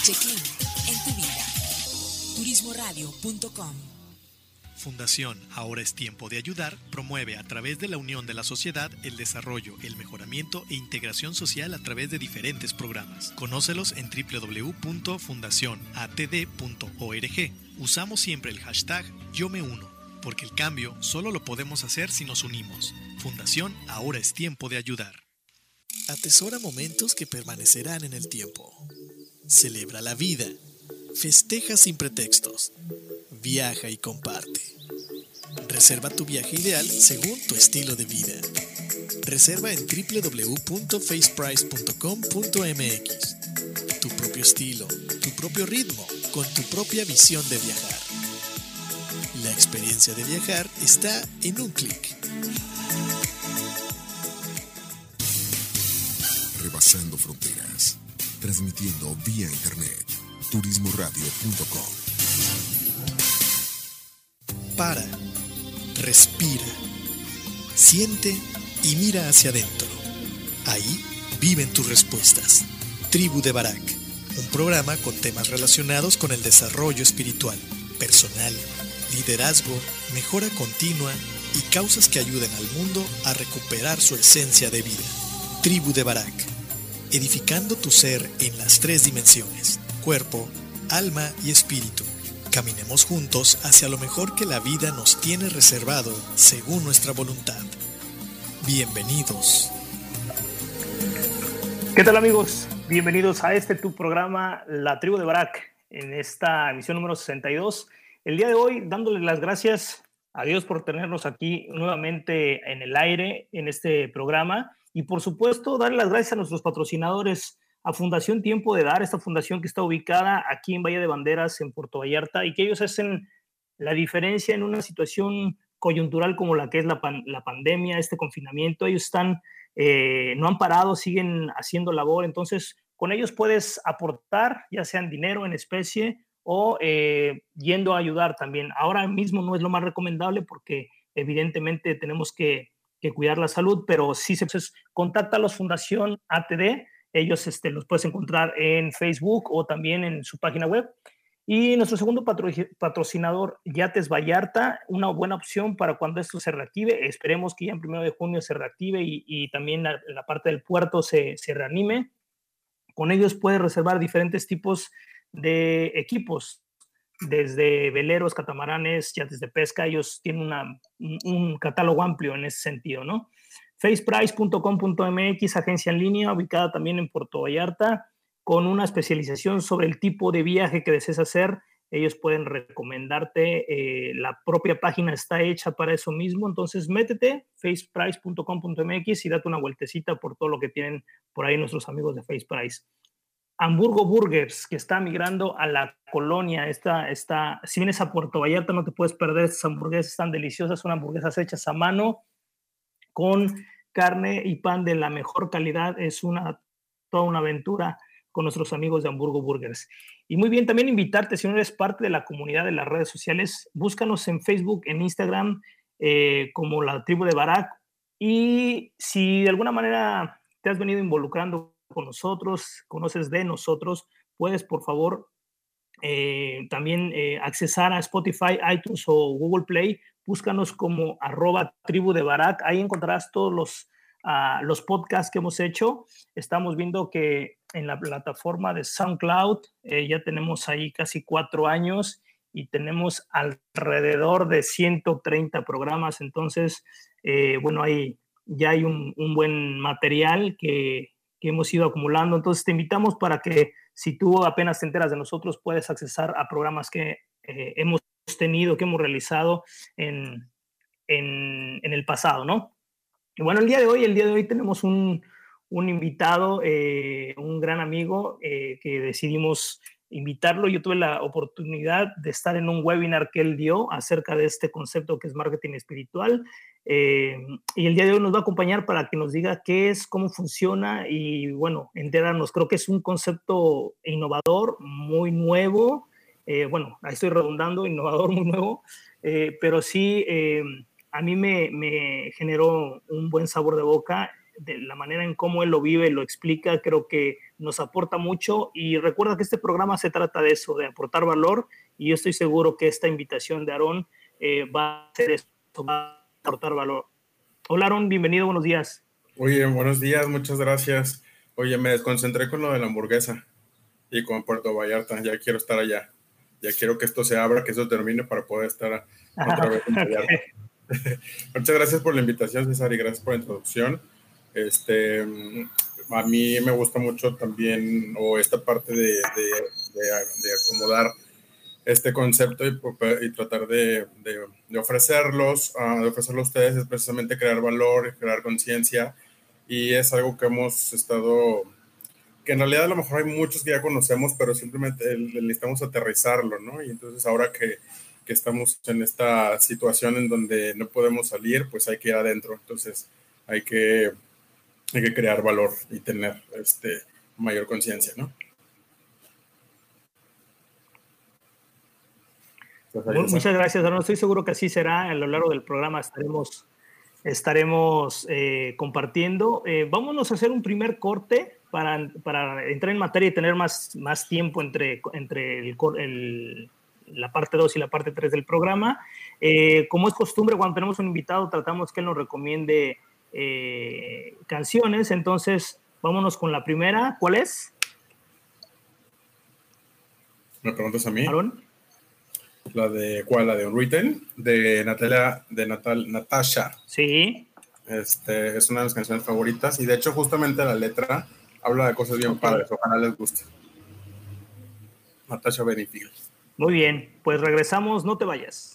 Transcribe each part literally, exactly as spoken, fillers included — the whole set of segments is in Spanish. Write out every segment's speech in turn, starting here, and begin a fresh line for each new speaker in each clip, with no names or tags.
Check-in en tu vida. turismo radio punto com.
Fundación Ahora es Tiempo de Ayudar promueve a través de la unión de la sociedad el desarrollo, el mejoramiento e integración social a través de diferentes programas. Conócelos en doble u doble u doble u punto fundación a t d punto org. Usamos siempre el hashtag Yo Me Uno, porque el cambio solo lo podemos hacer si nos unimos. Fundación Ahora es Tiempo de Ayudar.
Atesora momentos que permanecerán en el tiempo. Celebra la vida. Festeja sin pretextos. Viaja y comparte. Reserva tu viaje ideal según tu estilo de vida. Reserva en doble u doble u doble u punto faceprice punto com punto m x. Tu propio estilo, tu propio ritmo, con tu propia visión de viajar. La experiencia de viajar está en un clic.
Rebasando fronteras, transmitiendo vía internet. turismo radio punto com.
Para, respira, siente y mira hacia adentro. Ahí viven tus respuestas. Tribu de Barak, un programa con temas relacionados con el desarrollo espiritual, personal, liderazgo, mejora continua y causas que ayuden al mundo a recuperar su esencia de vida. Tribu de Barak, edificando tu ser en las tres dimensiones, cuerpo, alma y espíritu. Caminemos juntos hacia lo mejor que la vida nos tiene reservado según nuestra voluntad. Bienvenidos.
¿Qué tal, amigos? Bienvenidos a este tu programa, La Tribu de Barak, en esta emisión número sesenta y dos. El día de hoy, dándole las gracias a Dios por tenernos aquí nuevamente en el aire, en este programa, y por supuesto, darle las gracias a nuestros patrocinadores, a Fundación Tiempo de Dar, esta fundación que está ubicada aquí en Valle de Banderas, en Puerto Vallarta, y que ellos hacen la diferencia en una situación coyuntural como la que es la, pan, la pandemia, este confinamiento. Ellos están, eh, no han parado, siguen haciendo labor. Entonces, con ellos puedes aportar, ya sea en dinero, en especie, o eh, yendo a ayudar también. Ahora mismo no es lo más recomendable porque evidentemente tenemos que, que cuidar la salud, pero sí, entonces, contáctalos, Fundación A T D. Ellos este, los puedes encontrar en Facebook o también en su página web. Y nuestro segundo patro patrocinador, Yates Vallarta, una buena opción para cuando esto se reactive. Esperemos que ya en primero de junio se reactive y, y también la, la parte del puerto se, se reanime. Con ellos puedes reservar diferentes tipos de equipos, desde veleros, catamaranes, yates de pesca. Ellos tienen una, un, un catálogo amplio en ese sentido, ¿no? faceprice punto com punto m x, agencia en línea, ubicada también en Puerto Vallarta, con una especialización sobre el tipo de viaje que desees hacer. Ellos pueden recomendarte, eh, la propia página está hecha para eso mismo, entonces métete, faceprice punto com punto m x, y date una vueltecita por todo lo que tienen por ahí nuestros amigos de FacePrice. Hamburgo Burgers, que está migrando a la colonia. Esta, esta, si vienes a Puerto Vallarta no te puedes perder estas hamburguesas tan deliciosas, son hamburguesas hechas a mano, con carne y pan de la mejor calidad. Es una, toda una aventura con nuestros amigos de Hamburgo Burgers. Y muy bien, también invitarte, si no eres parte de la comunidad de las redes sociales, búscanos en Facebook, en Instagram, eh, como La Tribu de Barak. Y si de alguna manera te has venido involucrando con nosotros, conoces de nosotros, puedes, por favor, eh, también eh, accesar a Spotify, iTunes o Google Play. Búscanos como arroba tribu de Barak. Ahí encontrarás todos los, uh, los podcasts que hemos hecho. Estamos viendo que en la plataforma de SoundCloud eh, ya tenemos ahí casi cuatro años y tenemos alrededor de ciento treinta programas. Entonces, eh, bueno, ahí ya hay un, un buen material que, que hemos ido acumulando. Entonces, te invitamos para que si tú apenas te enteras de nosotros, puedes accesar a programas que eh, hemos tenido, que hemos realizado en, en, en el pasado, ¿no? Y bueno, el día de hoy, el día de hoy tenemos un, un invitado, eh, un gran amigo eh, que decidimos invitarlo. Yo tuve la oportunidad de estar en un webinar que él dio acerca de este concepto que es marketing espiritual, eh, y el día de hoy nos va a acompañar para que nos diga qué es, cómo funciona y bueno, enterarnos. Creo que es un concepto innovador, muy nuevo. Eh, bueno, ahí estoy redundando, innovador, muy nuevo, eh, pero sí eh, a mí me, me generó un buen sabor de boca de la manera en cómo él lo vive, lo explica. Creo que nos aporta mucho y recuerda que este programa se trata de eso, de aportar valor, y yo estoy seguro que esta invitación de Aarón eh, va a hacer eso, va a aportar valor. Hola Aarón, bienvenido, buenos días.
Oye, buenos días, muchas gracias. Oye, me desconcentré con lo de la hamburguesa y con Puerto Vallarta, ya quiero estar allá, ya quiero que esto se abra, que eso termine para poder estar otra vez en Vallarta. Okay. Muchas gracias por la invitación, César, y gracias por la introducción. Este, a mí me gusta mucho también, o esta parte de, de, de, de acomodar este concepto y, y tratar de, de, de ofrecerlos, uh, de ofrecerlo a ustedes, es precisamente crear valor, crear conciencia, y es algo que hemos estado, que en realidad a lo mejor hay muchos que ya conocemos, pero simplemente necesitamos aterrizarlo, ¿no? Y entonces ahora que, que estamos en esta situación en donde no podemos salir, pues hay que ir adentro, entonces hay que, hay que crear valor y tener este, mayor conciencia, ¿no?
Muchas gracias, Aaron. Estoy seguro que así será. A lo largo del programa estaremos, estaremos eh, compartiendo. Eh, vámonos a hacer un primer corte para, para entrar en materia y tener más, más tiempo entre, entre el, el, la parte dos y la parte tres del programa. Eh, como es costumbre, cuando tenemos un invitado, tratamos que él nos recomiende eh, canciones. Entonces, vámonos con la primera. ¿Cuál es?
¿Me preguntas a mí?
Aaron.
La de, ¿cuál? La de Unwritten, de Natalia, de Natal, Natasha.
Sí.
Este, es una de mis canciones favoritas, y de hecho justamente la letra habla de cosas bien okay. padres, ojalá les guste. Natasha Bedingfield.
Muy bien, pues regresamos, no te vayas.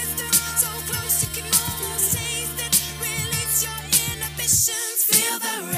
Feel the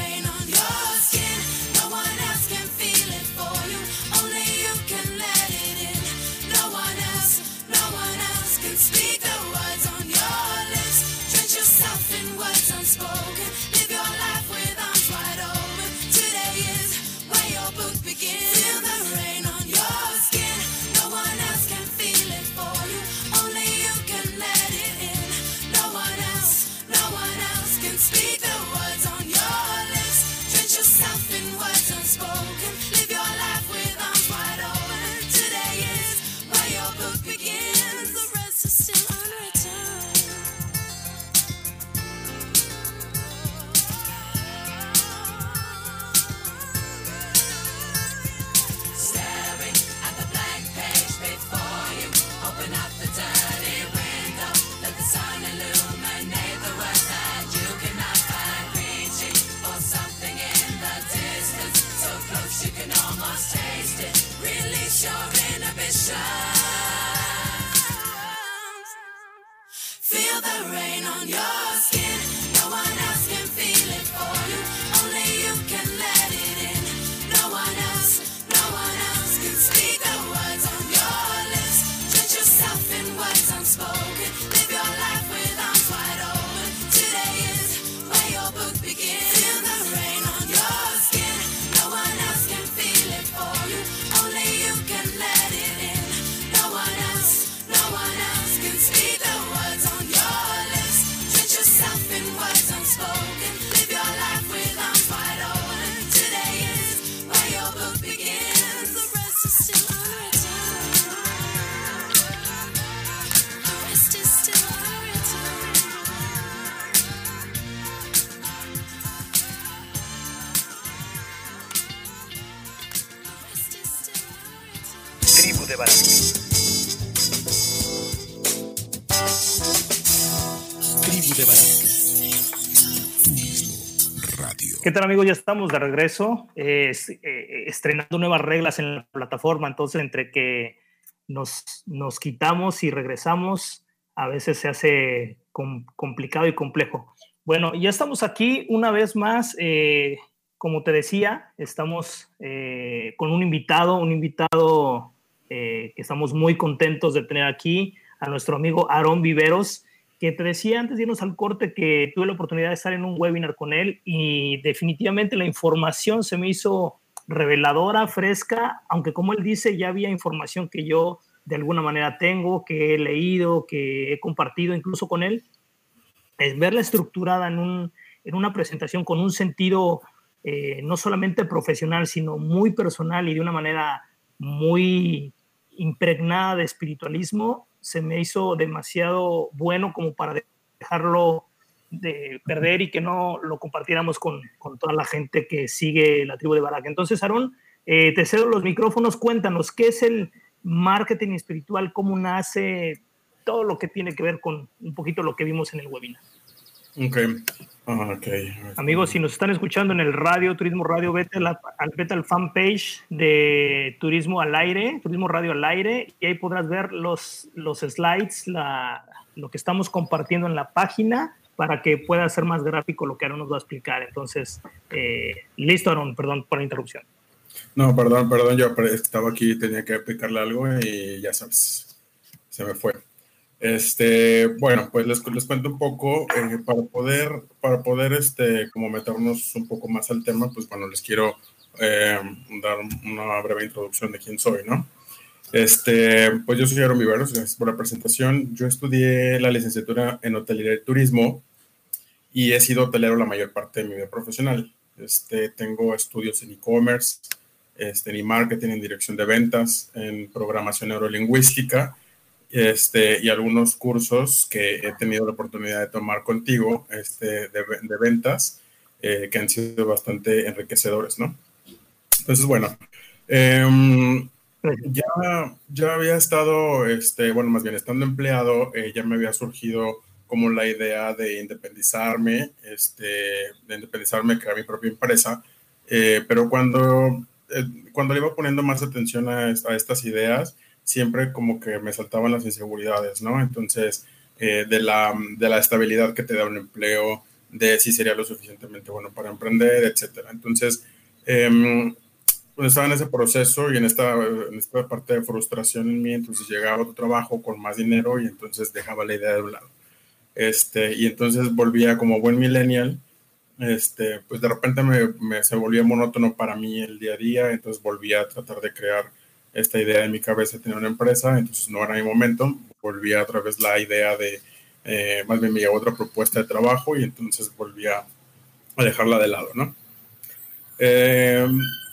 de Barak.
Tribu de Barak.
Radio.
¿Qué tal, amigos? Ya estamos de regreso, eh, eh, estrenando nuevas reglas en la plataforma. Entonces, entre que nos, nos quitamos y regresamos, a veces se hace com- complicado y complejo. Bueno, ya estamos aquí una vez más. Eh, como te decía, estamos eh, con un invitado, un invitado eh, que estamos muy contentos de tener aquí, a nuestro amigo Aarón Viveros, que te decía antes de irnos al corte que tuve la oportunidad de estar en un webinar con él y definitivamente la información se me hizo reveladora, fresca, aunque como él dice, ya había información que yo de alguna manera tengo, que he leído, que he compartido incluso con él. Es verla estructurada en, un, en una presentación con un sentido eh, no solamente profesional, sino muy personal y de una manera muy impregnada de espiritualismo, se me hizo demasiado bueno como para dejarlo de perder y que no lo compartiéramos con, con toda la gente que sigue la tribu de Barak. Entonces, Aarón, eh, te cedo los micrófonos. Cuéntanos, ¿qué es el marketing espiritual? ¿Cómo nace? Todo lo que tiene que ver con un poquito lo que vimos en el webinar.
Ok. Ah, okay.
Amigos, si nos están escuchando en el radio, Turismo Radio, vete, la, vete al fanpage de Turismo al Aire, Turismo Radio al Aire, y ahí podrás ver los, los slides, la, lo que estamos compartiendo en la página, para que pueda ser más gráfico lo que Aarón nos va a explicar. Entonces, eh, listo, Aarón, perdón por la interrupción.
No, perdón, perdón, yo estaba aquí, tenía que explicarle algo y ya sabes, se me fue. Este, bueno, pues les, les cuento un poco, eh, para poder, para poder, este, como meternos un poco más al tema, pues bueno, les quiero eh, dar una breve introducción de quién soy, ¿no? Este, pues yo soy Aarón Viveros, gracias por la presentación. Yo estudié la licenciatura en hotelería y turismo y he sido hotelero la mayor parte de mi vida profesional. Este, tengo estudios en e-commerce, este, en e-marketing, en dirección de ventas, en programación neurolingüística, Este, y algunos cursos que he tenido la oportunidad de tomar contigo, este, de, de ventas, eh, que han sido bastante enriquecedores, ¿no? Entonces, bueno, eh, ya, ya había estado, este, bueno, más bien estando empleado, eh, ya me había surgido como la idea de independizarme, este, de independizarme, crear mi propia empresa, eh, pero cuando, eh, cuando le iba poniendo más atención a, a estas ideas, siempre como que me saltaban las inseguridades, ¿no? Entonces, eh, de, la, de la estabilidad que te da un empleo, de si sería lo suficientemente bueno para emprender, etcétera. Entonces, eh, pues estaba en ese proceso y en esta, en esta parte de frustración en mí, entonces llegaba a otro trabajo con más dinero y entonces dejaba la idea de un lado. Este, y entonces volvía como buen millennial, este, pues de repente me, me, se volvía monótono para mí el día a día, entonces volvía a tratar de crear esta idea en mi cabeza de tener una empresa, entonces no era mi momento, volví a otra vez la idea de, eh, más bien me llegó otra propuesta de trabajo y entonces volví a, a dejarla de lado, ¿no? Eh,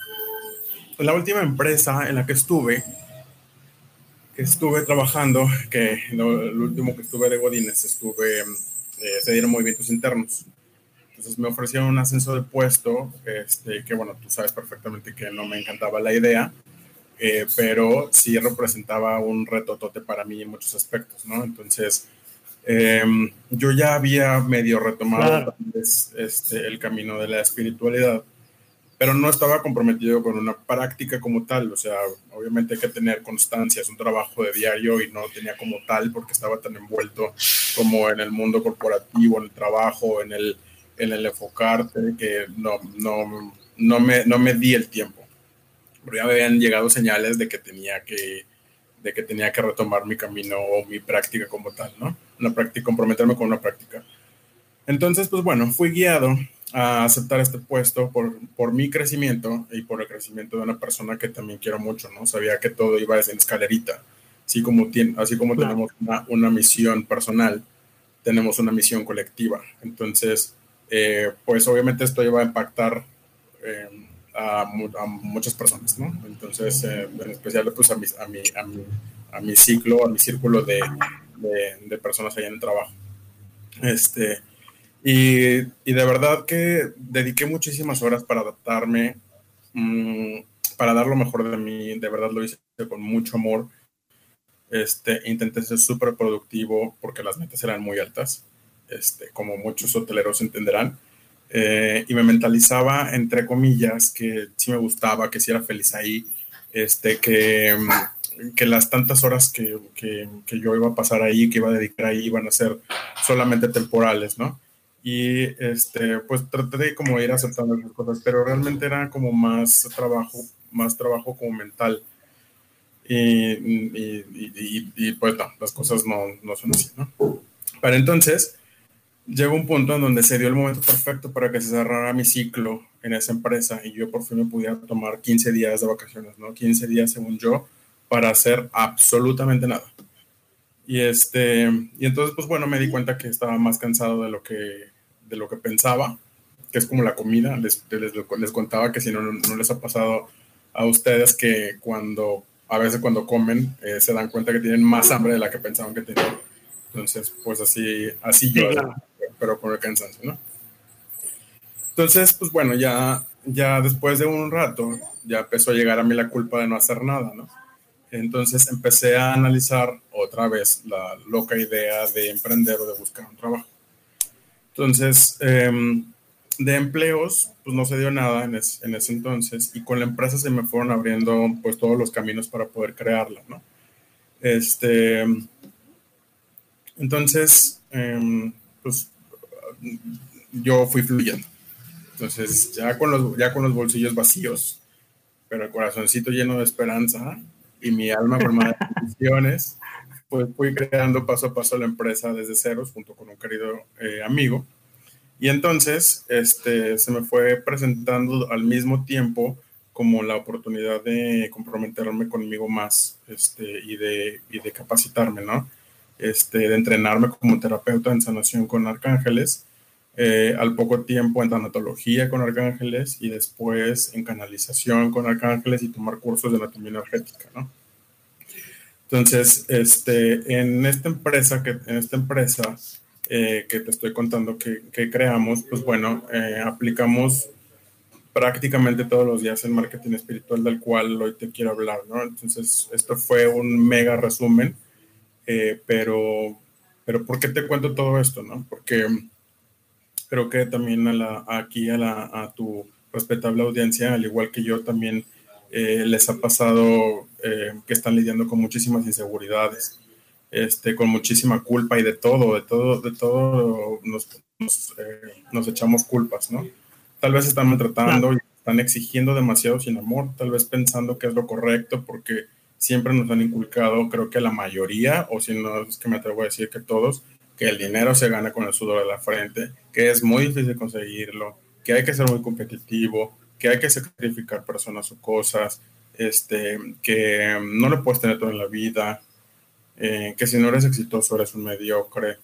la última empresa en la que estuve, que estuve trabajando, que lo, el último que estuve de Godínez, estuve, eh, se dieron movimientos internos. Entonces me ofrecieron un ascenso de puesto, este, que bueno, tú sabes perfectamente que no me encantaba la idea, Eh, pero sí representaba un retotote para mí en muchos aspectos, ¿no? Entonces, eh, yo ya había medio retomado
Claro.
vez, este, el camino de la espiritualidad, pero no estaba comprometido con una práctica como tal, o sea, obviamente hay que tener constancia, es un trabajo de diario y no lo tenía como tal porque estaba tan envuelto como en el mundo corporativo, en el trabajo, en el, en el enfocarte, que no, no, no, me, no me di el tiempo. Pero ya me habían llegado señales de que tenía que, de que tenía que retomar mi camino o mi práctica como tal, ¿no? Una práctica, comprometerme con una práctica. Entonces, pues bueno, fui guiado a aceptar este puesto por, por mi crecimiento y por el crecimiento de una persona que también quiero mucho, ¿no? Sabía que todo iba en escalerita. Así como, tiene, así como claro. tenemos una, una misión personal, tenemos una misión colectiva. Entonces, eh, pues obviamente esto iba a impactar eh, a, a muchas personas, ¿no? Entonces, eh, en especial pues a mi, a, mi, a, mi, a mi ciclo, a mi círculo de, de, de personas allá en el trabajo. Este, y, y de verdad que dediqué muchísimas horas para adaptarme, mmm, para dar lo mejor de mí, de verdad lo hice con mucho amor. Este, intenté ser súper productivo porque las metas eran muy altas, este, como muchos hoteleros entenderán. Eh, y me mentalizaba, entre comillas, que sí me gustaba, que sí era feliz ahí, este, que, que las tantas horas que, que, que yo iba a pasar ahí, que iba a dedicar ahí, iban a ser solamente temporales, ¿no? Y este, pues traté de como ir aceptando esas cosas, pero realmente era como más trabajo, más trabajo como mental. Y, y, y, y, y pues no, las cosas no, no son así, ¿no? Para entonces, llegó un punto en donde se dio el momento perfecto para que se cerrara mi ciclo en esa empresa y yo por fin me pudiera tomar quince días de vacaciones, ¿no? quince días, según yo, para hacer absolutamente nada. Y, este, y entonces, pues bueno, me di cuenta que estaba más cansado de lo que, de lo que pensaba, que es como la comida. Les, les, les contaba que si no, no les ha pasado a ustedes que cuando, a veces cuando comen, eh, se dan cuenta que tienen más hambre de la que pensaban que tenían. Entonces, pues así, así yo,
sí, claro.
pero con el cansancio, ¿no? Entonces, pues bueno, ya, ya después de un rato, ya empezó a llegar a mí la culpa de no hacer nada, ¿no? Entonces empecé a analizar otra vez la loca idea de emprender o de buscar un trabajo. Entonces, eh, de empleos, pues no se dio nada en, es, en ese entonces, y con la empresa se me fueron abriendo pues todos los caminos para poder crearla, ¿no? Este, entonces, eh, pues yo fui fluyendo. Entonces, ya con, los, ya con los bolsillos vacíos, pero el corazoncito lleno de esperanza y mi alma formada de decisiones, pues fui creando paso a paso la empresa desde ceros junto con un querido eh, amigo. Y entonces este, se me fue presentando al mismo tiempo como la oportunidad de comprometerme conmigo más este, y, de, y de capacitarme, ¿no? Este, de entrenarme como terapeuta en sanación con arcángeles, eh, al poco tiempo en tanatología con arcángeles y después en canalización con arcángeles y tomar cursos de anatomía energética, ¿no? Entonces, este, en esta empresa, que, en esta empresa eh, que te estoy contando que, que creamos, pues bueno, eh, aplicamos prácticamente todos los días el marketing espiritual del cual hoy te quiero hablar, ¿no? Entonces, esto fue un mega resumen, eh, pero, pero ¿por qué te cuento todo esto, no? Porque creo que también a la, aquí a, la, a tu respetable audiencia, al igual que yo, también eh, les ha pasado eh, que están lidiando con muchísimas inseguridades, este, con muchísima culpa y de todo, de todo, de todo nos, nos, eh, nos echamos culpas, ¿no? Tal vez están maltratando y están exigiendo demasiado sin amor, tal vez pensando que es lo correcto porque siempre nos han inculcado, creo que la mayoría, o si no es que me atrevo a decir que todos, que el dinero se gana con el sudor de la frente, que es muy difícil conseguirlo, que hay que ser muy competitivo, que hay que sacrificar personas o cosas, este, que no lo puedes tener todo en la vida, eh, que si no eres exitoso eres un mediocre,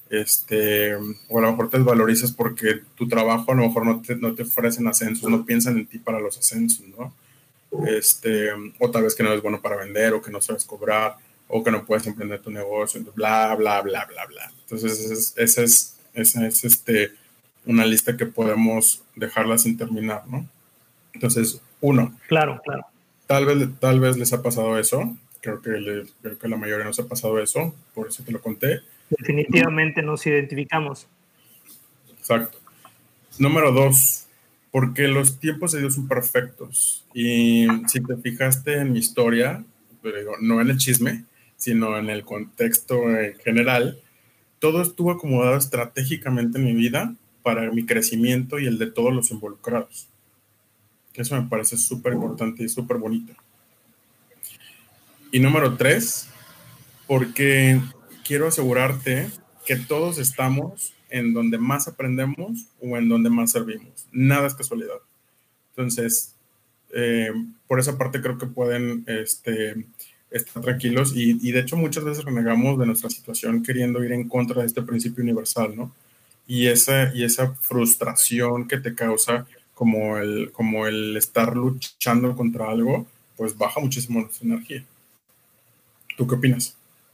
este, o a lo mejor te desvalorizas porque tu trabajo a lo mejor no te, no te ofrecen ascensos, no piensan en ti para los ascensos, ¿no? Este, o tal vez que no eres bueno para vender, o que no sabes cobrar, o que no puedes emprender tu negocio, bla, bla, bla, bla, bla. Entonces, esa es, esa es este, una lista que podemos dejarla sin terminar, ¿no? Entonces, uno.
Claro, claro.
Tal vez, tal vez les ha pasado eso. Creo que, le, creo que la mayoría nos ha pasado eso, por eso te lo conté.
Definitivamente nos identificamos.
Exacto. Número dos, porque los tiempos de Dios son perfectos. Y si te fijaste en mi historia, no en el chisme, sino en el contexto en general, todo estuvo acomodado estratégicamente en mi vida para mi crecimiento y el de todos los involucrados. Eso me parece súper importante y súper bonito. Y número tres, porque quiero asegurarte que todos estamos en donde más aprendemos o en donde más servimos. Nada es casualidad. Entonces, eh, por esa parte creo que pueden este, estar tranquilos y, y de hecho muchas veces renegamos de nuestra situación queriendo ir en contra de este principio universal, ¿no? Y esa, y esa frustración que te causa como el, como el estar luchando contra algo, pues baja muchísimo nuestra energía. ¿Tú qué opinas?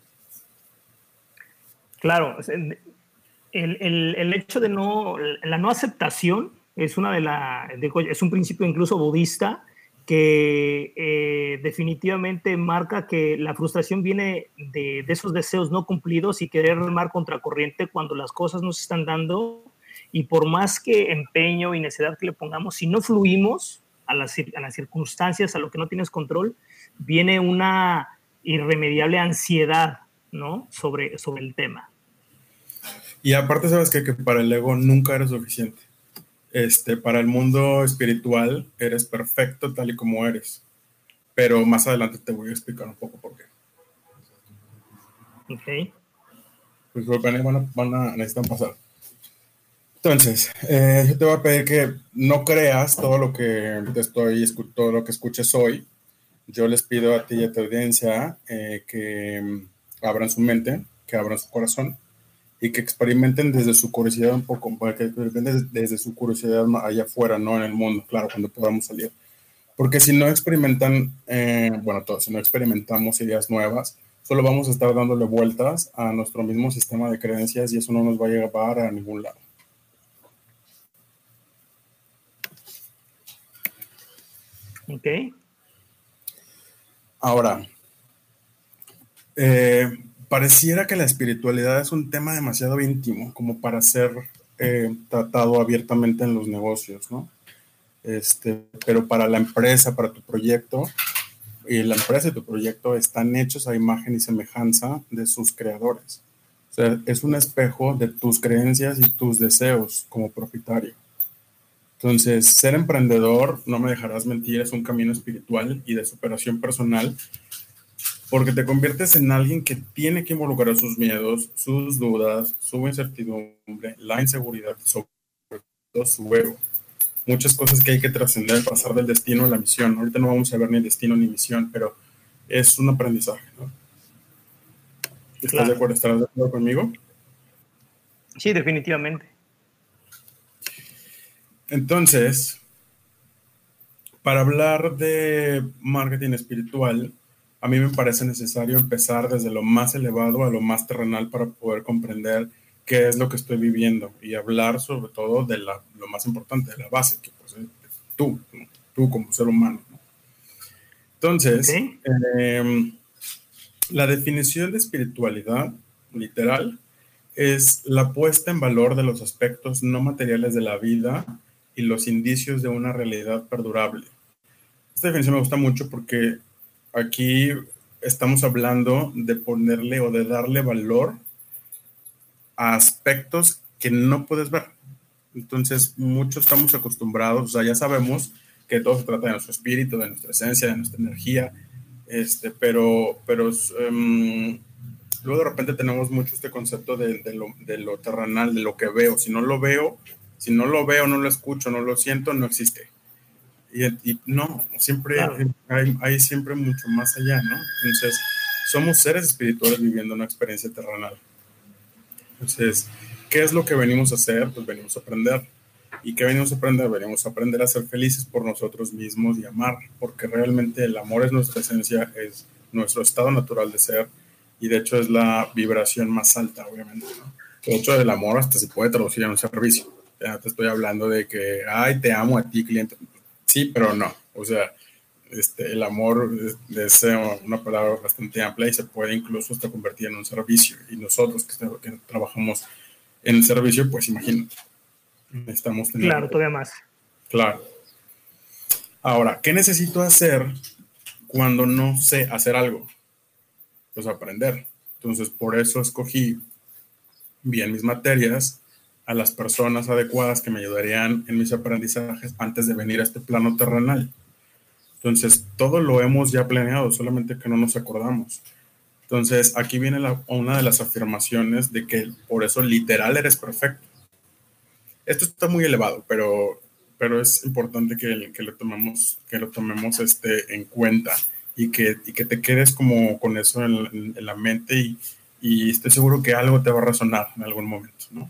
Claro, el, el, el hecho de no, la no aceptación es una de la, de, es un principio incluso budista que eh, definitivamente marca que la frustración viene de, de esos deseos no cumplidos y querer remar contracorriente cuando las cosas no se están dando, y por más que empeño y necesidad que le pongamos, si no fluimos a las, a las circunstancias, a lo que no tienes control, viene una irremediable ansiedad, ¿no? sobre, sobre el tema.
Y aparte, sabes que, que para el ego nunca eres suficiente. Este, para el mundo espiritual eres perfecto tal y como eres. Pero más adelante te voy a explicar un poco por qué.
Ok.
Pues van a, van a necesitan pasar. Entonces, eh, yo te voy a pedir que no creas todo lo que te estoy, todo lo que escuches hoy. Yo les pido a ti y a tu audiencia eh, que abran su mente, que abran su corazón y que experimenten desde su curiosidad un poco, para que experimenten desde su curiosidad allá afuera, no en el mundo, claro, cuando podamos salir. Porque si no experimentan, eh, bueno, todos, si no experimentamos ideas nuevas, solo vamos a estar dándole vueltas a nuestro mismo sistema de creencias y eso no nos va a llevar a ningún lado.
Ok.
Ahora, eh, pareciera que la espiritualidad es un tema demasiado íntimo como para ser eh, tratado abiertamente en los negocios, ¿no? Este, pero para la empresa, para tu proyecto, y la empresa y tu proyecto están hechos a imagen y semejanza de sus creadores. O sea, es un espejo de tus creencias y tus deseos como propietario. Entonces, ser emprendedor, no me dejarás mentir, es un camino espiritual y de superación personal, porque te conviertes en alguien que tiene que involucrar sus miedos, sus dudas, su incertidumbre, la inseguridad, sobre todo su ego. Muchas cosas que hay que trascender, pasar del destino a la misión. Ahorita no vamos a ver ni destino ni misión, pero es un aprendizaje, ¿no? ¿Estás claro. de acuerdo? ¿Estás de acuerdo conmigo?
Sí, definitivamente.
Entonces, para hablar de marketing espiritual, a mí me parece necesario empezar desde lo más elevado a lo más terrenal para poder comprender qué es lo que estoy viviendo y hablar sobre todo de la, lo más importante, de la base, que pues, tú, ¿no? Tú como ser humano, ¿no? Entonces, ¿sí? eh, la definición de espiritualidad, literal, es la puesta en valor de los aspectos no materiales de la vida y los indicios de una realidad perdurable. Esta definición me gusta mucho porque aquí estamos hablando de ponerle o de darle valor a aspectos que no puedes ver. Entonces, muchos estamos acostumbrados, o sea, ya sabemos que todo se trata de nuestro espíritu, de nuestra esencia, de nuestra energía, este, pero, pero um, luego de repente tenemos mucho este concepto de, de, lo, de lo terrenal, de lo que veo. Si no lo veo, si no lo veo, no lo escucho, no lo siento, no existe. Y, y no, siempre claro. hay, hay siempre mucho más allá, ¿no? Entonces, somos seres espirituales viviendo una experiencia terrenal. Entonces, ¿qué es lo que venimos a hacer? Pues venimos a aprender. ¿Y qué venimos a aprender? Venimos a aprender a ser felices por nosotros mismos y amar, porque realmente el amor es nuestra esencia, es nuestro estado natural de ser, y de hecho es la vibración más alta, obviamente, ¿no? De hecho, el amor hasta se puede traducir en un servicio. Ya te estoy hablando de que, ay, te amo a ti, cliente. Sí, pero no. O sea, este, el amor es, es una palabra bastante amplia y se puede incluso hasta convertir en un servicio. Y nosotros que, que trabajamos en el servicio, pues imagínate. Necesitamos tener...
Claro, todavía más.
Claro. Ahora, ¿qué necesito hacer cuando no sé hacer algo? Pues aprender. Entonces, por eso escogí bien mis materias a las personas adecuadas que me ayudarían en mis aprendizajes antes de venir a este plano terrenal. Entonces, todo lo hemos ya planeado, solamente que no nos acordamos. Entonces, aquí viene la, una de las afirmaciones de que por eso literal eres perfecto. Esto está muy elevado, pero, pero es importante que, que lo tomemos, que lo tomemos este, en cuenta y que, y que te quedes como con eso en, en, en la mente y, y estoy seguro que algo te va a resonar en algún momento, ¿no?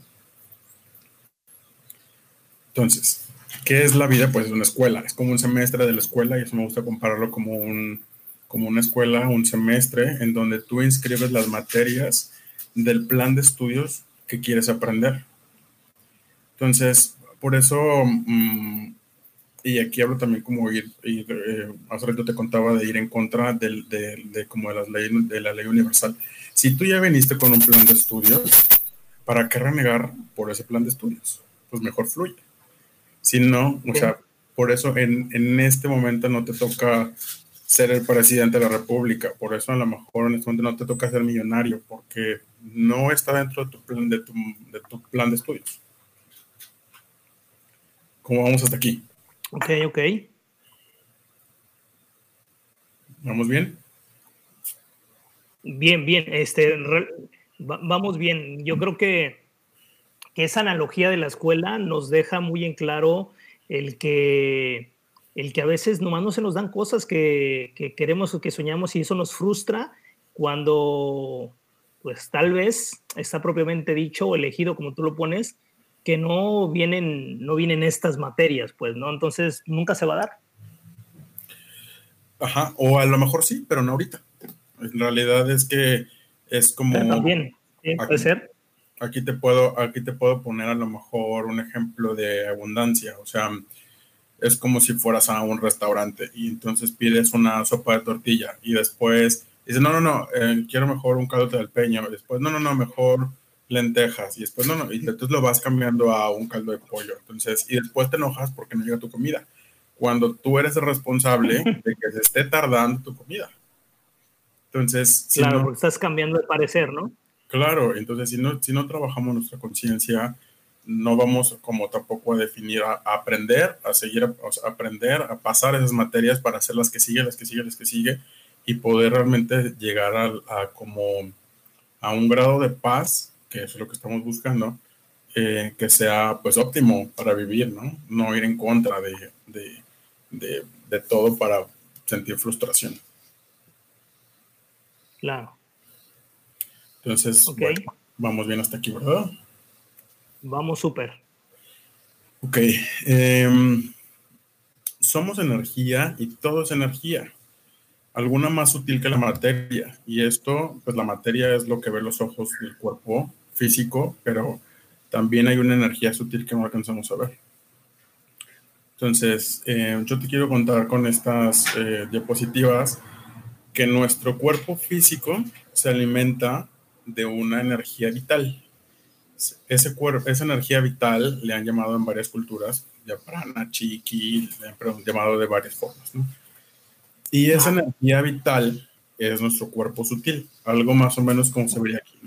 Entonces, ¿qué es la vida? Pues es una escuela, es como un semestre de la escuela y eso me gusta compararlo como, un, como una escuela, un semestre en donde tú inscribes las materias del plan de estudios que quieres aprender. Entonces, por eso, mmm, y aquí hablo también como ir, ir eh, hace rato te contaba de ir en contra del, de, de, como de, las leyes, de la ley universal. Si tú ya viniste con un plan de estudios, ¿para qué renegar por ese plan de estudios? Pues mejor fluye. Si no, o sea, por eso en, en este momento no te toca ser el presidente de la República, por eso a lo mejor en este momento no te toca ser millonario, porque no está dentro de tu plan de, tu, de, tu plan de estudios. ¿Cómo vamos hasta aquí?
Ok, ok.
¿Vamos bien?
Bien, bien. Este, re, va, vamos bien. Yo creo que, que esa analogía de la escuela nos deja muy en claro el que, el que a veces nomás no se nos dan cosas que, que queremos o que soñamos y eso nos frustra cuando, pues tal vez está propiamente dicho o elegido, como tú lo pones, que no vienen, no vienen estas materias, pues, ¿no? Entonces, nunca se va a dar.
Ajá, o a lo mejor sí, pero no ahorita. En realidad es que es como...
Pero también, sí, puede
aquí,
ser.
Aquí te, puedo, aquí te puedo poner a lo mejor un ejemplo de abundancia, o sea, es como si fueras a un restaurante y entonces pides una sopa de tortilla y después dices, no, no, no, eh, quiero mejor un caldo de alpeño, después, no, no, no, mejor lentejas, y después, no, no, y entonces lo vas cambiando a un caldo de pollo, entonces, y después te enojas porque no llega tu comida, cuando tú eres el responsable de que se esté tardando tu comida. Entonces, si
claro,
no,
porque estás cambiando de parecer, ¿no?
Claro, entonces si no, si no trabajamos nuestra conciencia, no vamos como tampoco a definir, a, a aprender, a seguir, a, a aprender, a pasar esas materias para hacer las que sigue, las que sigue, las que sigue, y poder realmente llegar a, a como a un grado de paz, que es lo que estamos buscando, eh, que sea pues óptimo para vivir, ¿no? No ir en contra de, de, de, de todo para sentir frustración.
Claro.
Entonces,
Ok.
bueno, vamos bien hasta aquí, ¿verdad?
Vamos súper.
Ok. Eh, somos energía y todo es energía. Alguna más sutil que la materia. Y esto, pues la materia es lo que ven los ojos del cuerpo físico, pero también hay una energía sutil que no alcanzamos a ver. Entonces, eh, yo te quiero contar con estas eh, diapositivas que nuestro cuerpo físico se alimenta de una energía vital. Ese cuerpo, esa energía vital le han llamado en varias culturas, ya prana, chi, le han llamado de varias formas, ¿no? Y esa ah. energía vital es nuestro cuerpo sutil, algo más o menos como se vería aquí.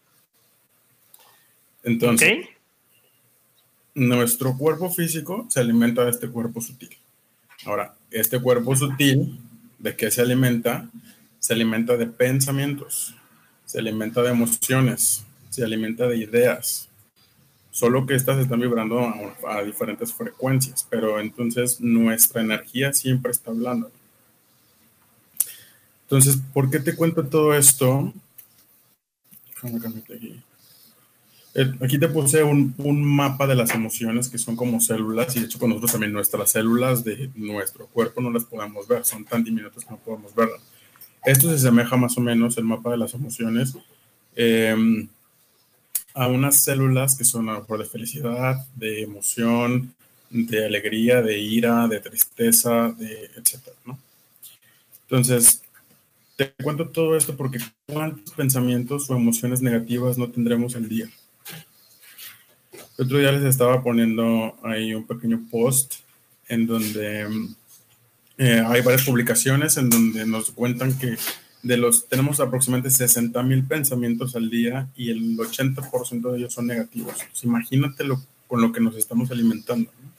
Entonces, okay. Nuestro cuerpo físico se alimenta de este cuerpo sutil. Ahora, este cuerpo sutil, ¿de qué se alimenta? Se alimenta de pensamientos, se alimenta de emociones, se alimenta de ideas, solo que estas están vibrando a, a diferentes frecuencias, pero entonces nuestra energía siempre está hablando. Entonces, ¿por qué te cuento todo esto? Aquí. Aquí te puse un, un mapa de las emociones que son como células, y de hecho con nosotros también nuestras células de nuestro cuerpo no las podemos ver, son tan diminutas que no podemos verlas. Esto se asemeja más o menos, el mapa de las emociones, eh, a unas células que son a lo mejor de felicidad, de emoción, de alegría, de ira, de tristeza, de etcétera, ¿no? Entonces, te cuento todo esto porque cuántos pensamientos o emociones negativas no tendremos al día. El otro día les estaba poniendo ahí un pequeño post en donde eh, hay varias publicaciones en donde nos cuentan que de los tenemos aproximadamente sesenta mil pensamientos al día y el ochenta por ciento de ellos son negativos. Entonces, imagínate lo, con lo que nos estamos alimentando, ¿no?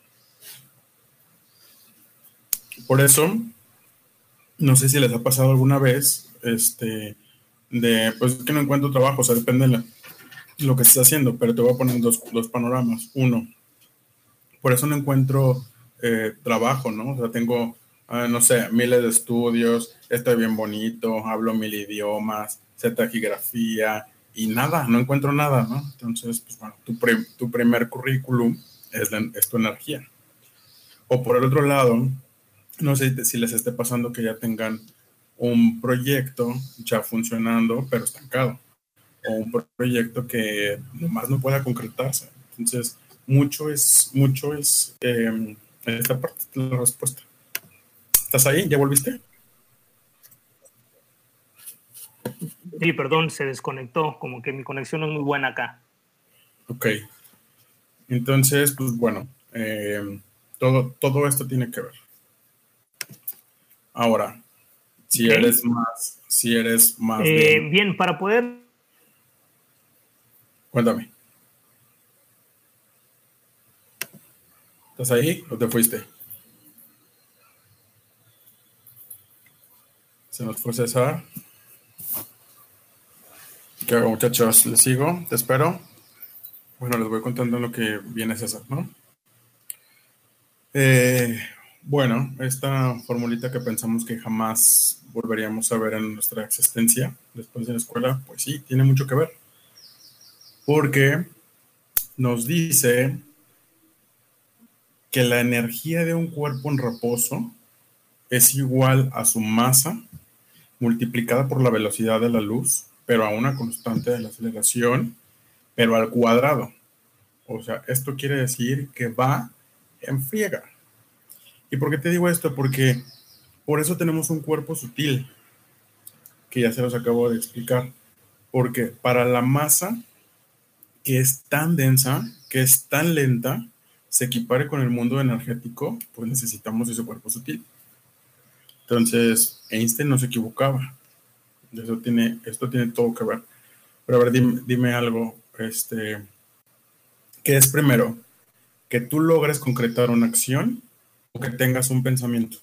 Por eso, no sé si les ha pasado alguna vez, este, de, pues que no encuentro trabajo, o sea, depende de la, lo que estés haciendo, pero te voy a poner dos, dos panoramas. Uno, por eso no encuentro eh, trabajo, ¿no? O sea, tengo, uh, no sé, miles de estudios, estoy bien bonito, hablo mil idiomas, sé taquigrafía y nada, no encuentro nada, ¿no? Entonces, pues bueno, tu, prim, tu primer currículum es, la, es tu energía. O por el otro lado, no sé si les esté pasando que ya tengan un proyecto ya funcionando, pero estancado. O un proyecto que nomás no pueda concretarse. Entonces, mucho es, mucho es eh, esta parte de la respuesta. ¿Estás ahí? ¿Ya volviste?
Sí, perdón, se desconectó, como que mi conexión no es muy buena acá.
Ok. Entonces, pues bueno, eh, todo, todo esto tiene que ver. Ahora, si okay. eres más, si eres más
eh, bien. Bien, para poder.
Cuéntame. ¿Estás ahí o te fuiste? Se nos fue César. ¿Qué hago, muchachos? ¿Les sigo? ¿Te espero? Bueno, les voy contando lo que viene César, ¿no? Eh, bueno, esta formulita que pensamos que jamás volveríamos a ver en nuestra existencia después de la escuela, pues sí, tiene mucho que ver. Porque nos dice que la energía de un cuerpo en reposo es igual a su masa multiplicada por la velocidad de la luz, pero a una constante de la aceleración, pero al cuadrado. O sea, esto quiere decir que va en friega. ¿Y por qué te digo esto? Porque por eso tenemos un cuerpo sutil, que ya se los acabo de explicar. Porque para la masa que es tan densa, que es tan lenta, se equipare con el mundo energético, pues necesitamos ese cuerpo sutil. Entonces, Einstein no se equivocaba. Eso tiene, esto tiene todo que ver. Pero a ver, dime, dime algo. Este, ¿qué es primero? ¿Que tú logres concretar una acción o que tengas un pensamiento?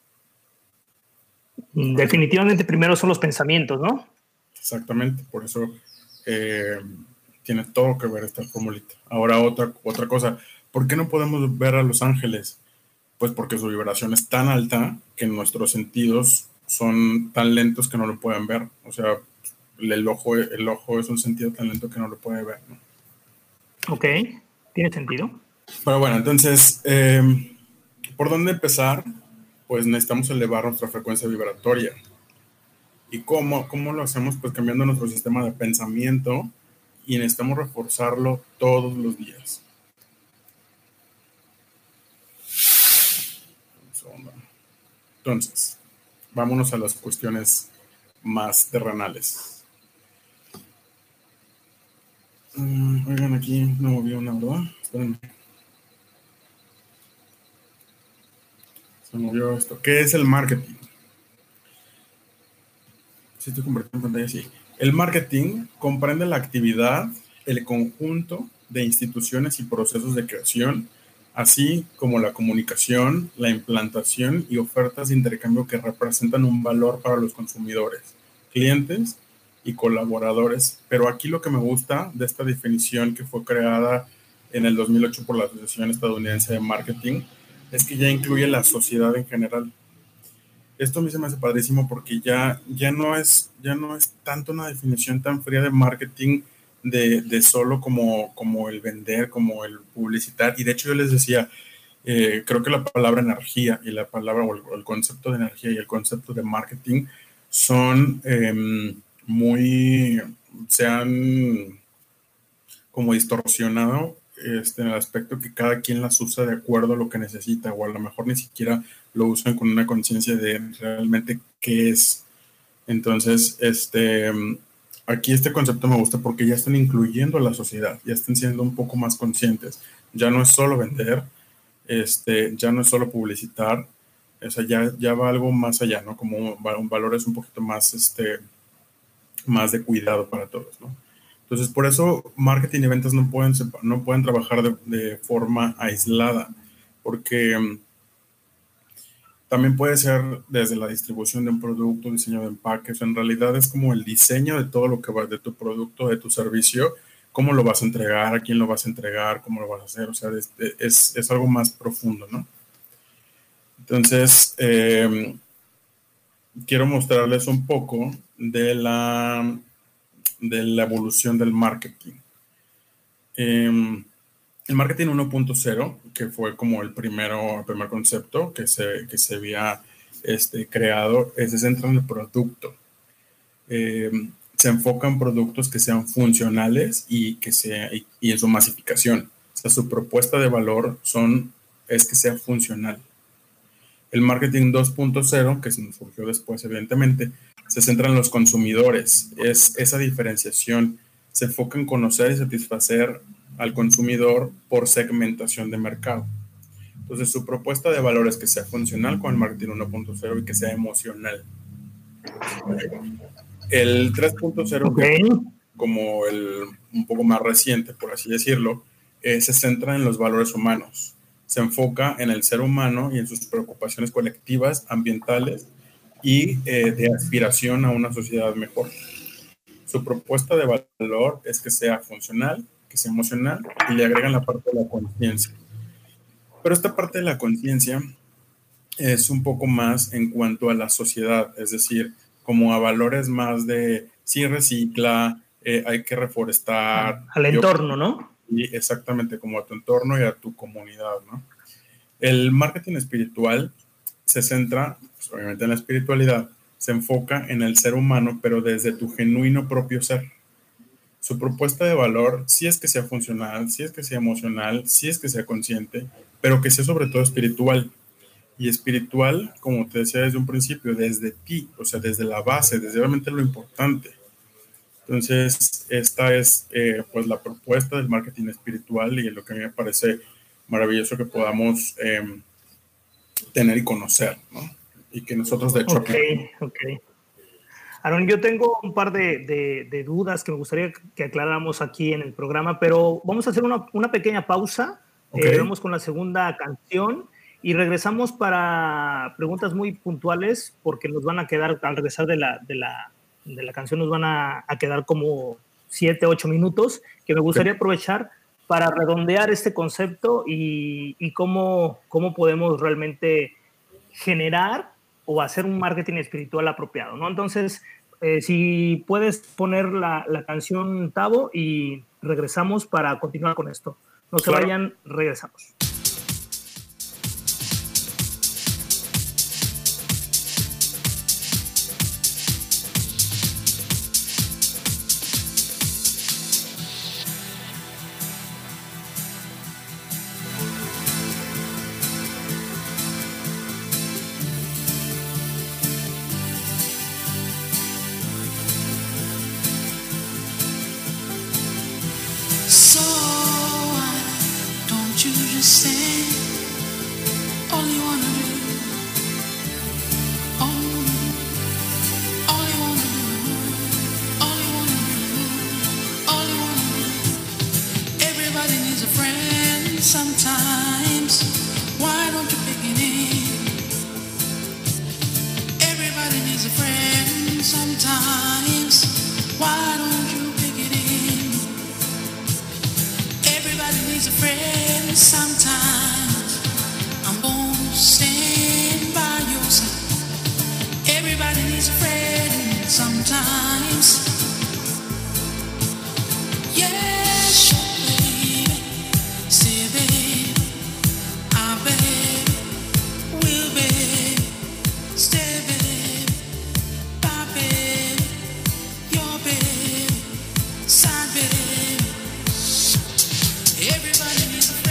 Definitivamente primero son los pensamientos, ¿no?
Exactamente, por eso eh, tiene todo que ver esta formulita. Ahora otra, otra cosa, ¿por qué no podemos ver a los ángeles? Pues porque su vibración es tan alta que nuestros sentidos son tan lentos que no lo pueden ver. O sea, el ojo, el ojo es un sentido tan lento que no lo puede ver, ¿no?
Ok, tiene sentido.
Pero bueno, entonces, eh, ¿por dónde empezar? Pues necesitamos elevar nuestra frecuencia vibratoria. ¿Y cómo? ¿Cómo lo hacemos? Pues cambiando nuestro sistema de pensamiento y necesitamos reforzarlo todos los días. Entonces, vámonos a las cuestiones más terrenales. Uh, oigan, aquí no moví una, ¿verdad? Espérenme. Se movió esto. ¿Qué es el marketing? Si estoy convirtiendo en pantalla, sí. El marketing comprende la actividad, el conjunto de instituciones y procesos de creación, así como la comunicación, la implantación y ofertas de intercambio que representan un valor para los consumidores, clientes y colaboradores. Pero aquí lo que me gusta de esta definición que fue creada en el dos mil ocho por la Asociación Estadounidense de Marketing es que ya incluye la sociedad en general. Esto a mí se me hace padrísimo porque ya, ya, no, es, ya no es tanto una definición tan fría de marketing de, de solo como, como el vender, como el publicitar. Y de hecho yo les decía, eh, creo que la palabra energía y la palabra o el, o el concepto de energía y el concepto de marketing son eh, muy, se han como distorsionado este, en el aspecto que cada quien las usa de acuerdo a lo que necesita, o a lo mejor ni siquiera lo usan con una conciencia de realmente qué es. Entonces, este, aquí este concepto me gusta porque ya están incluyendo a la sociedad, ya están siendo un poco más conscientes. Ya no es solo vender, este, ya no es solo publicitar, o sea, ya, ya va algo más allá, ¿no? Como un, un valores un poquito más, este, más de cuidado para todos, ¿no? Entonces, por eso marketing y ventas no pueden, no pueden trabajar de, de forma aislada, porque um, también puede ser desde la distribución de un producto, diseño de empaques. En realidad es como el diseño de todo lo que va de tu producto, de tu servicio, cómo lo vas a entregar, a quién lo vas a entregar, cómo lo vas a hacer. O sea, es, es, es algo más profundo, ¿no? Entonces, eh, quiero mostrarles un poco de la... de la evolución del marketing. Eh, el marketing uno punto cero, que fue como el, primero, el primer concepto que se, que se había este, creado, se centra en el producto. Eh, se enfoca en productos que sean funcionales y, que sea, y, y en su masificación. O sea, su propuesta de valor son es que sea funcional. El marketing dos punto cero, que surgió después evidentemente, se centra en los consumidores. Es esa diferenciación. Se enfoca en conocer y satisfacer al consumidor por segmentación de mercado. Entonces, su propuesta de valor es que sea funcional con el marketing uno punto cero y que sea emocional. El tres punto cero, okay, como el un poco más reciente, por así decirlo, eh, se centra en los valores humanos. Se enfoca en el ser humano y en sus preocupaciones colectivas, ambientales y eh, de aspiración a una sociedad mejor. Su propuesta de valor es que sea funcional, que sea emocional, y le agregan la parte de la conciencia. Pero esta parte de la conciencia es un poco más en cuanto a la sociedad, es decir, como a valores más de sí recicla, eh, hay que reforestar.
Al entorno, ¿no?
Y exactamente, como a tu entorno y a tu comunidad, ¿no? El marketing espiritual se centra, pues, obviamente, en la espiritualidad, se enfoca en el ser humano, pero desde tu genuino propio ser. Su propuesta de valor sí es que sea funcional, sí es que sea emocional, sí es que sea consciente, pero que sea sobre todo espiritual. Y espiritual, como te decía desde un principio, desde ti, o sea, desde la base, desde realmente lo importante. Entonces, esta es eh, pues la propuesta del marketing espiritual y lo que a mí me parece maravilloso que podamos eh, tener y conocer, ¿no? Y que nosotros, de hecho...
Ok, ok. Aaron, yo tengo un par de, de, de dudas que me gustaría que aclaráramos aquí en el programa, pero vamos a hacer una, una pequeña pausa. Okay. Eh, vamos con la segunda canción y regresamos para preguntas muy puntuales, porque nos van a quedar, al regresar de la, de la, de la canción, nos van a, a quedar como siete, ocho minutos, que me gustaría aprovechar para redondear este concepto y, y cómo, cómo podemos realmente generar o hacer un marketing espiritual apropiado, ¿no? Entonces, eh, si puedes poner la, la canción, Tavo, y regresamos para continuar con esto. No se claro. vayan, regresamos.
Everybody needs a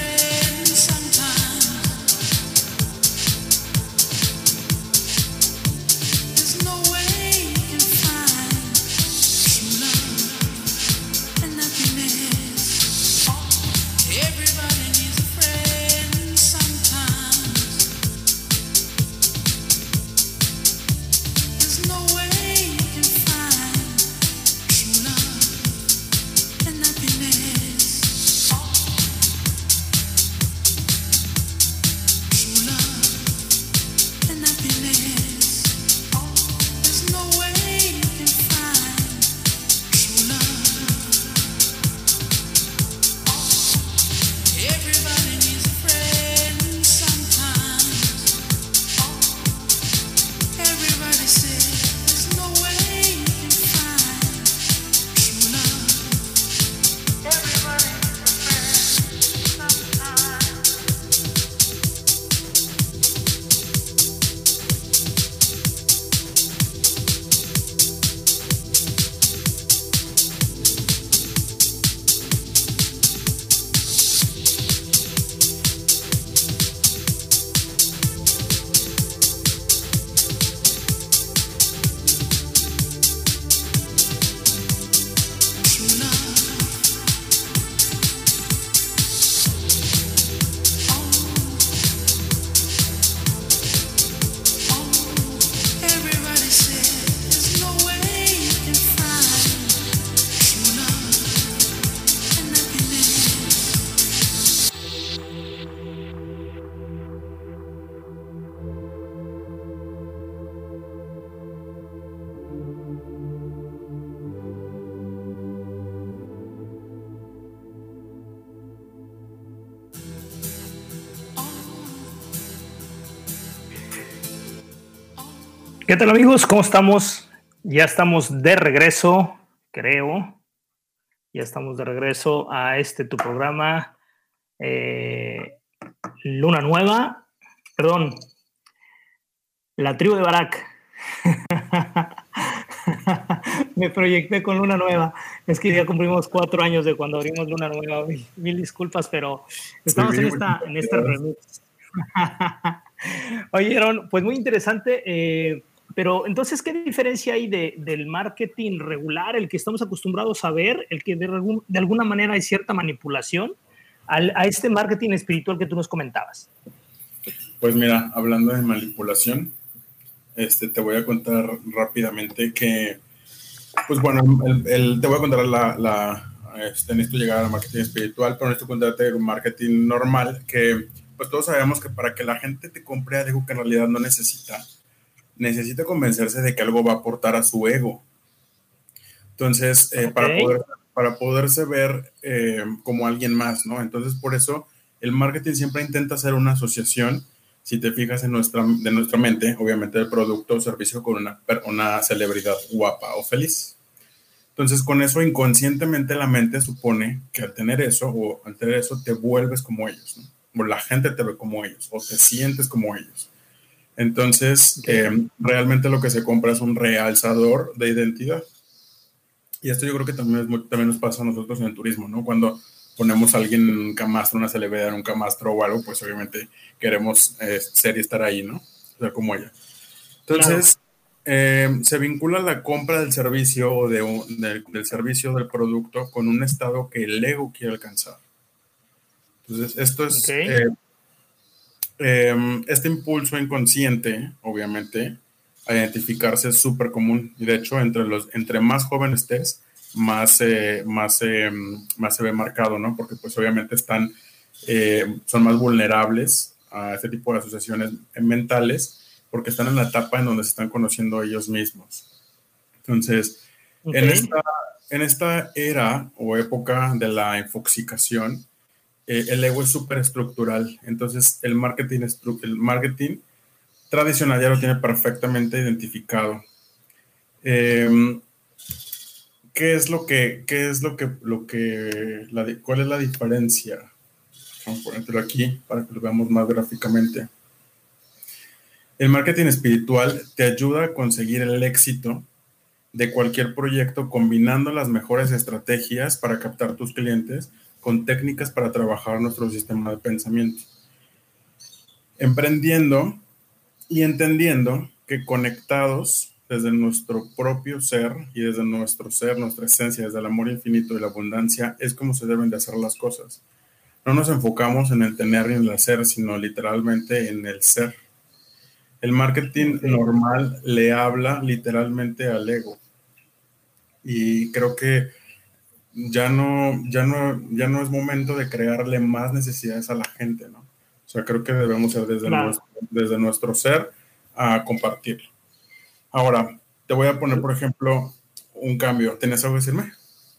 ¿Qué tal, amigos? ¿Cómo estamos? Ya estamos de regreso, creo. Ya estamos de regreso a este tu programa eh, Luna Nueva. Perdón, La Tribu de Barak. Me proyecté con Luna Nueva. Es que ya cumplimos cuatro años de cuando abrimos Luna Nueva. Mil, mil disculpas, pero estamos sí, en, esta, en esta remix. Oyeron, pues muy interesante. Eh, pero entonces, ¿qué diferencia hay de, del marketing regular, el que estamos acostumbrados a ver, el que de, algún, de alguna manera hay cierta manipulación, al, a este marketing espiritual que tú nos comentabas?
Pues mira, hablando de manipulación, este, te voy a contar rápidamente que, pues bueno, el, el, te voy a contar la, la este, necesito llegar al marketing espiritual, pero necesito contarte el marketing normal, que pues todos sabemos que para que la gente te compre algo que en realidad no necesita, necesita convencerse de que algo va a aportar a su ego. Entonces, eh, okay. para, poder, para poderse ver eh, como alguien más, ¿no? Entonces, por eso, el marketing siempre intenta hacer una asociación, si te fijas en nuestra, de nuestra mente, obviamente, el producto o servicio con una, una celebridad guapa o feliz. Entonces, con eso, inconscientemente, la mente supone que al tener eso, o al tener eso, te vuelves como ellos, ¿no? O la gente te ve como ellos, o te sientes como ellos. Entonces, eh, realmente lo que se compra es un realzador de identidad. Y esto yo creo que también, es muy, también nos pasa a nosotros en el turismo, ¿no? Cuando ponemos a alguien en un camastro, una celebridad en un camastro o algo, pues obviamente queremos eh, ser y estar ahí, ¿no? O sea, como ella. Entonces, claro. eh, se vincula la compra del servicio o de un, del, del servicio del producto con un estado que el ego quiere alcanzar. Entonces, esto es... Okay. Eh, Eh, este impulso inconsciente, obviamente, a identificarse es súper común. Y de hecho, entre, los, entre más joven estés, más, eh, más, eh, más se ve marcado, ¿no? Porque pues obviamente están, eh, son más vulnerables a este tipo de asociaciones mentales porque están en la etapa en donde se están conociendo ellos mismos. Entonces, okay. en, esta, en esta era o época de la infoxicación, Eh, el ego es súper estructural, entonces el marketing, el marketing tradicional ya lo tiene perfectamente identificado. Eh, ¿Qué es lo que, qué es lo que, lo que, la, cuál es la diferencia? Vamos a ponértelo aquí para que lo veamos más gráficamente. El marketing espiritual te ayuda a conseguir el éxito de cualquier proyecto combinando las mejores estrategias para captar tus clientes con técnicas para trabajar nuestro sistema de pensamiento. Emprendiendo y entendiendo que conectados desde nuestro propio ser y desde nuestro ser, nuestra esencia, desde el amor infinito y la abundancia, es como se deben de hacer las cosas. No nos enfocamos en el tener y en el hacer, sino literalmente en el ser. El marketing sí. normal le habla literalmente al ego. Y creo que ya no, ya no, ya no es momento de crearle más necesidades a la gente, ¿no? O sea, creo que debemos ser desde, claro. nuestro, desde nuestro ser a compartirlo. Ahora, te voy a poner, por ejemplo, un cambio. ¿Tienes algo que decirme?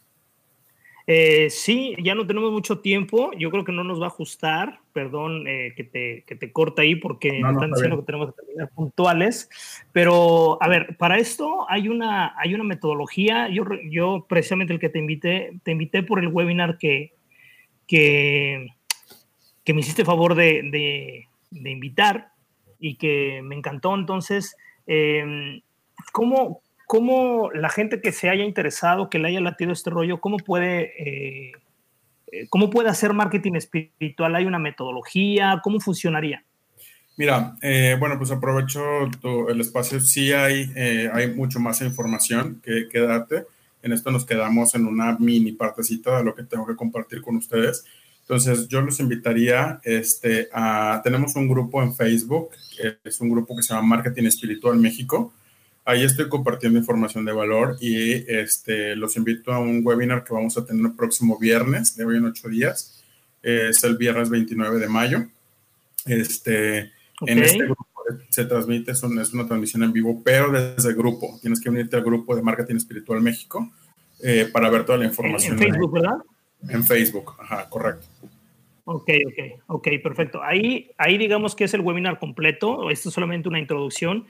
Eh, sí, ya no tenemos mucho tiempo. Yo creo que no nos va a ajustar. Perdón eh, que, te, que te corta ahí porque no, nos están no, diciendo bien. Que tenemos que terminar puntuales. Pero, a ver, para esto hay una, hay una metodología. Yo, yo precisamente el que te invité, te invité por el webinar que, que, que me hiciste favor de, de, de invitar y que me encantó. Entonces, eh, ¿cómo... ¿Cómo la gente que se haya interesado, que le haya latido este rollo, cómo puede, eh, cómo puede hacer marketing espiritual? ¿Hay una metodología? ¿Cómo funcionaría?
Mira, eh, bueno, pues aprovecho tu, el espacio. Sí hay, eh, hay mucho más información que, que darte. En esto nos quedamos en una mini partecita de lo que tengo que compartir con ustedes. Entonces, yo los invitaría este, a... Tenemos un grupo en Facebook, es un grupo que se llama Marketing Espiritual México. Ahí estoy compartiendo información de valor y este, los invito a un webinar que vamos a tener el próximo viernes, de hoy en ocho días. Eh, es el viernes veintinueve de mayo. Este, okay. En este grupo se transmite, es una, es una transmisión en vivo, pero desde el grupo. Tienes que unirte al grupo de Marketing Espiritual México eh, para ver toda la información.
En, en Facebook, ¿verdad?
En Facebook, ajá, correcto.
Ok, ok, ok, perfecto. Ahí, ahí digamos que es el webinar completo, esto es solamente una introducción.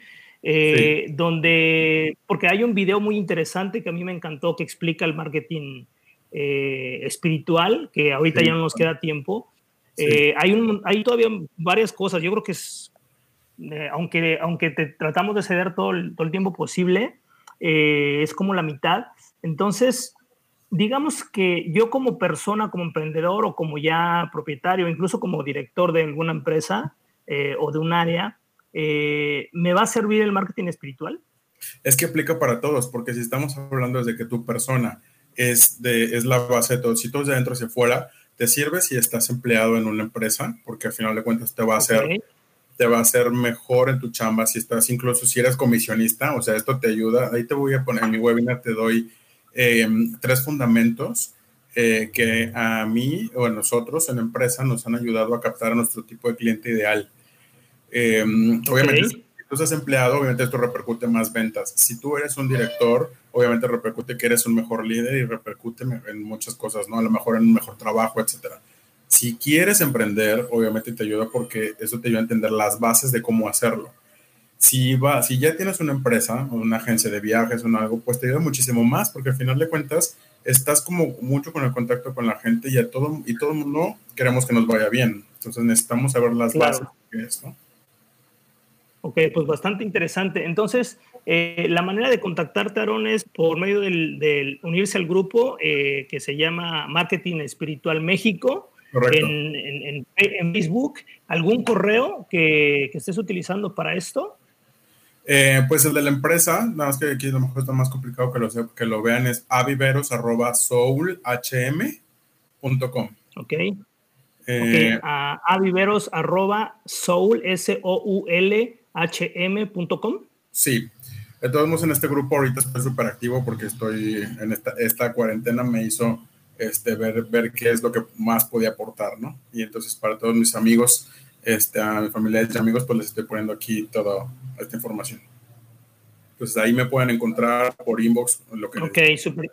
eh, sí. donde, porque hay un video muy interesante que a mí me encantó que explica el marketing eh, espiritual, que ahorita sí. ya no nos queda tiempo. Sí. Eh, hay, un, hay todavía varias cosas, yo creo que es, eh, aunque, aunque te tratamos de ceder todo el, todo el tiempo posible, eh, es como la mitad. Entonces, digamos que yo como persona, como emprendedor o como ya propietario, incluso como director de alguna empresa eh, o de un área, eh, ¿me va a servir el marketing espiritual?
Es que aplica para todos, porque si estamos hablando desde que tu persona es, de, es la base de todo, si todo es de adentro hacia afuera, te sirve si estás empleado en una empresa, porque al final de cuentas te va a hacer, okay. te va a hacer mejor en tu chamba, si estás, incluso si eres comisionista, o sea, esto te ayuda. Ahí te voy a poner en mi webinar, te doy eh, tres fundamentos eh, que a mí o a nosotros en la empresa nos han ayudado a captar a nuestro tipo de cliente ideal. Eh, okay. Obviamente, si tú estás empleado, obviamente esto repercute en más ventas. Si tú eres un director, obviamente repercute que eres un mejor líder y repercute en muchas cosas, ¿no? A lo mejor en un mejor trabajo, etcétera. Si quieres emprender, obviamente te ayuda porque eso te ayuda a entender las bases de cómo hacerlo. Si, va, si ya tienes una empresa o una agencia de viajes o algo, pues te ayuda muchísimo más porque al final de cuentas estás como mucho con el contacto con la gente y, a todo, y todo el mundo queremos que nos vaya bien. Entonces necesitamos saber las claro. bases de eso, ¿no?
Ok, pues bastante interesante. Entonces, eh, la manera de contactarte, Aarón, es por medio del, del unirse al grupo eh, que se llama Marketing Espiritual México.
Correcto.
En, en, en, en Facebook. ¿Algún correo que, que estés utilizando para esto?
Eh, pues el de la empresa, nada más que aquí a lo mejor está más complicado que lo, que lo vean, es aviveros arroba soul h m punto com.
Ok. Eh, okay. A aviveros arroba soul, S O U L H M punto com.
Sí. De todos modos, en este grupo ahorita estoy súper activo porque estoy en esta, esta cuarentena me hizo este, ver, ver qué es lo que más podía aportar, ¿no? Y entonces para todos mis amigos, este, a mi familia y amigos, pues les estoy poniendo aquí toda esta información. Entonces ahí me pueden encontrar por inbox. Lo que
ok, súper.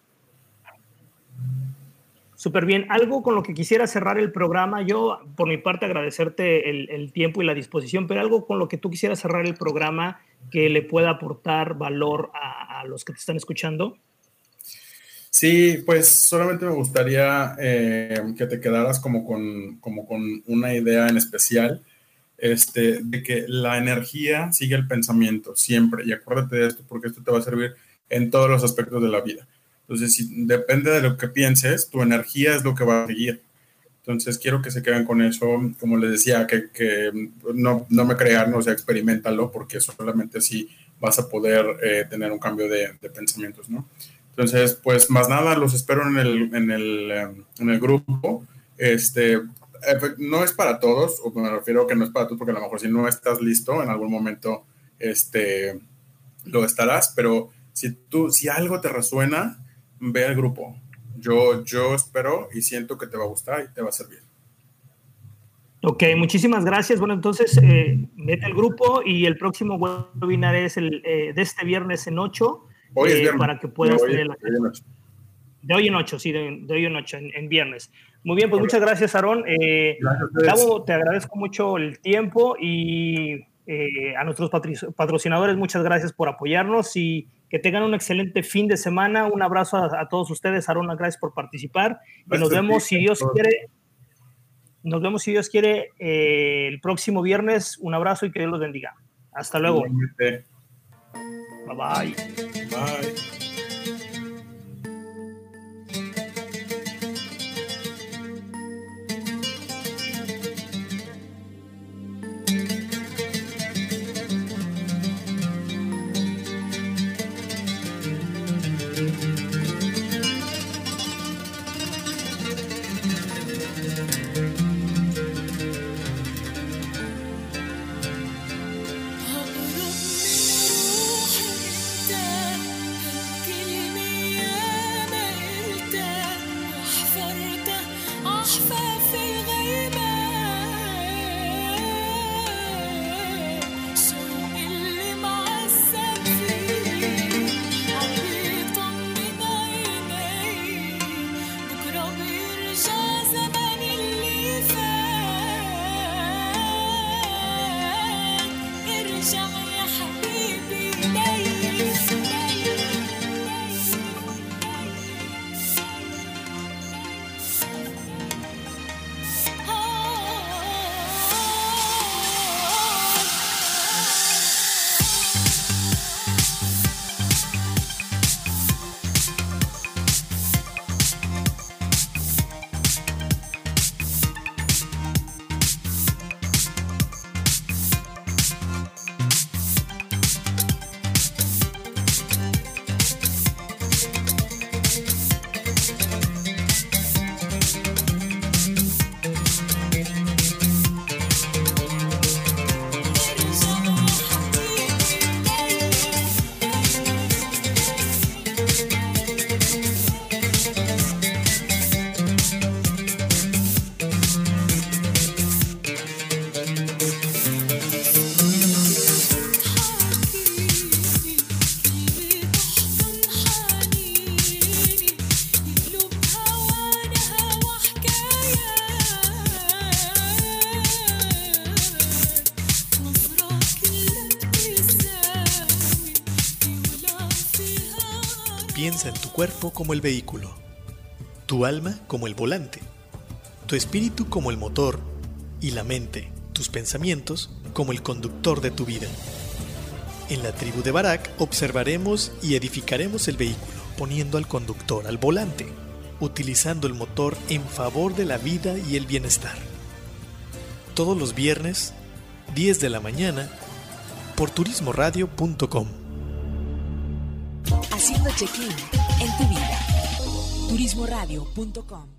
Súper bien. Algo con lo que quisiera cerrar el programa, yo por mi parte agradecerte el, el tiempo y la disposición, pero algo con lo que tú quisieras cerrar el programa que le pueda aportar valor a, a los que te están escuchando.
Sí, pues solamente me gustaría eh, que te quedaras como con, como con una idea en especial, este, de que la energía sigue el pensamiento siempre, y acuérdate de esto porque esto te va a servir en todos los aspectos de la vida. Entonces, si depende de lo que pienses, tu energía es lo que va a seguir. Entonces, quiero que se queden con eso. Como les decía, que, que no, no me crean, o sea, experiméntalo, porque solamente así vas a poder eh, tener un cambio de, de pensamientos, ¿no? Entonces, pues más nada, los espero en el, en el, en el grupo. Este, no es para todos, o me refiero a que no es para todos, porque a lo mejor si no estás listo, en algún momento este, lo estarás, pero si, tú, si algo te resuena, ve al grupo. Yo, yo espero y siento que te va a gustar y te va a servir.
Ok, muchísimas gracias. Bueno, entonces, eh, vete al grupo y el próximo webinar es el eh, de este viernes en ocho.
Hoy es viernes.
Eh, para que puedas
de hoy,
tener la...
de hoy en ocho.
De hoy en ocho, sí, de, de hoy en ocho, en, en viernes. Muy bien, pues muchas gracias, Aarón. Eh, Gabo, te agradezco mucho el tiempo y eh, a nuestros patrocinadores, muchas gracias por apoyarnos y que tengan un excelente fin de semana. Un abrazo a, a todos ustedes. Aarón, gracias por participar. Y nos vemos, si Dios quiere, nos vemos, si Dios quiere, eh, el próximo viernes. Un abrazo y que Dios los bendiga. Hasta luego. Bye bye.
Bye.
Piensa en tu cuerpo como el vehículo, tu alma como el volante, tu espíritu como el motor y la mente, tus pensamientos, como el conductor de tu vida. En la tribu de Barak observaremos y edificaremos el vehículo, poniendo al conductor al volante, utilizando el motor en favor de la vida y el bienestar. Todos los viernes, diez de la mañana, por turismo radio punto com.
Haciendo check-in en tu vida. turismo radio punto com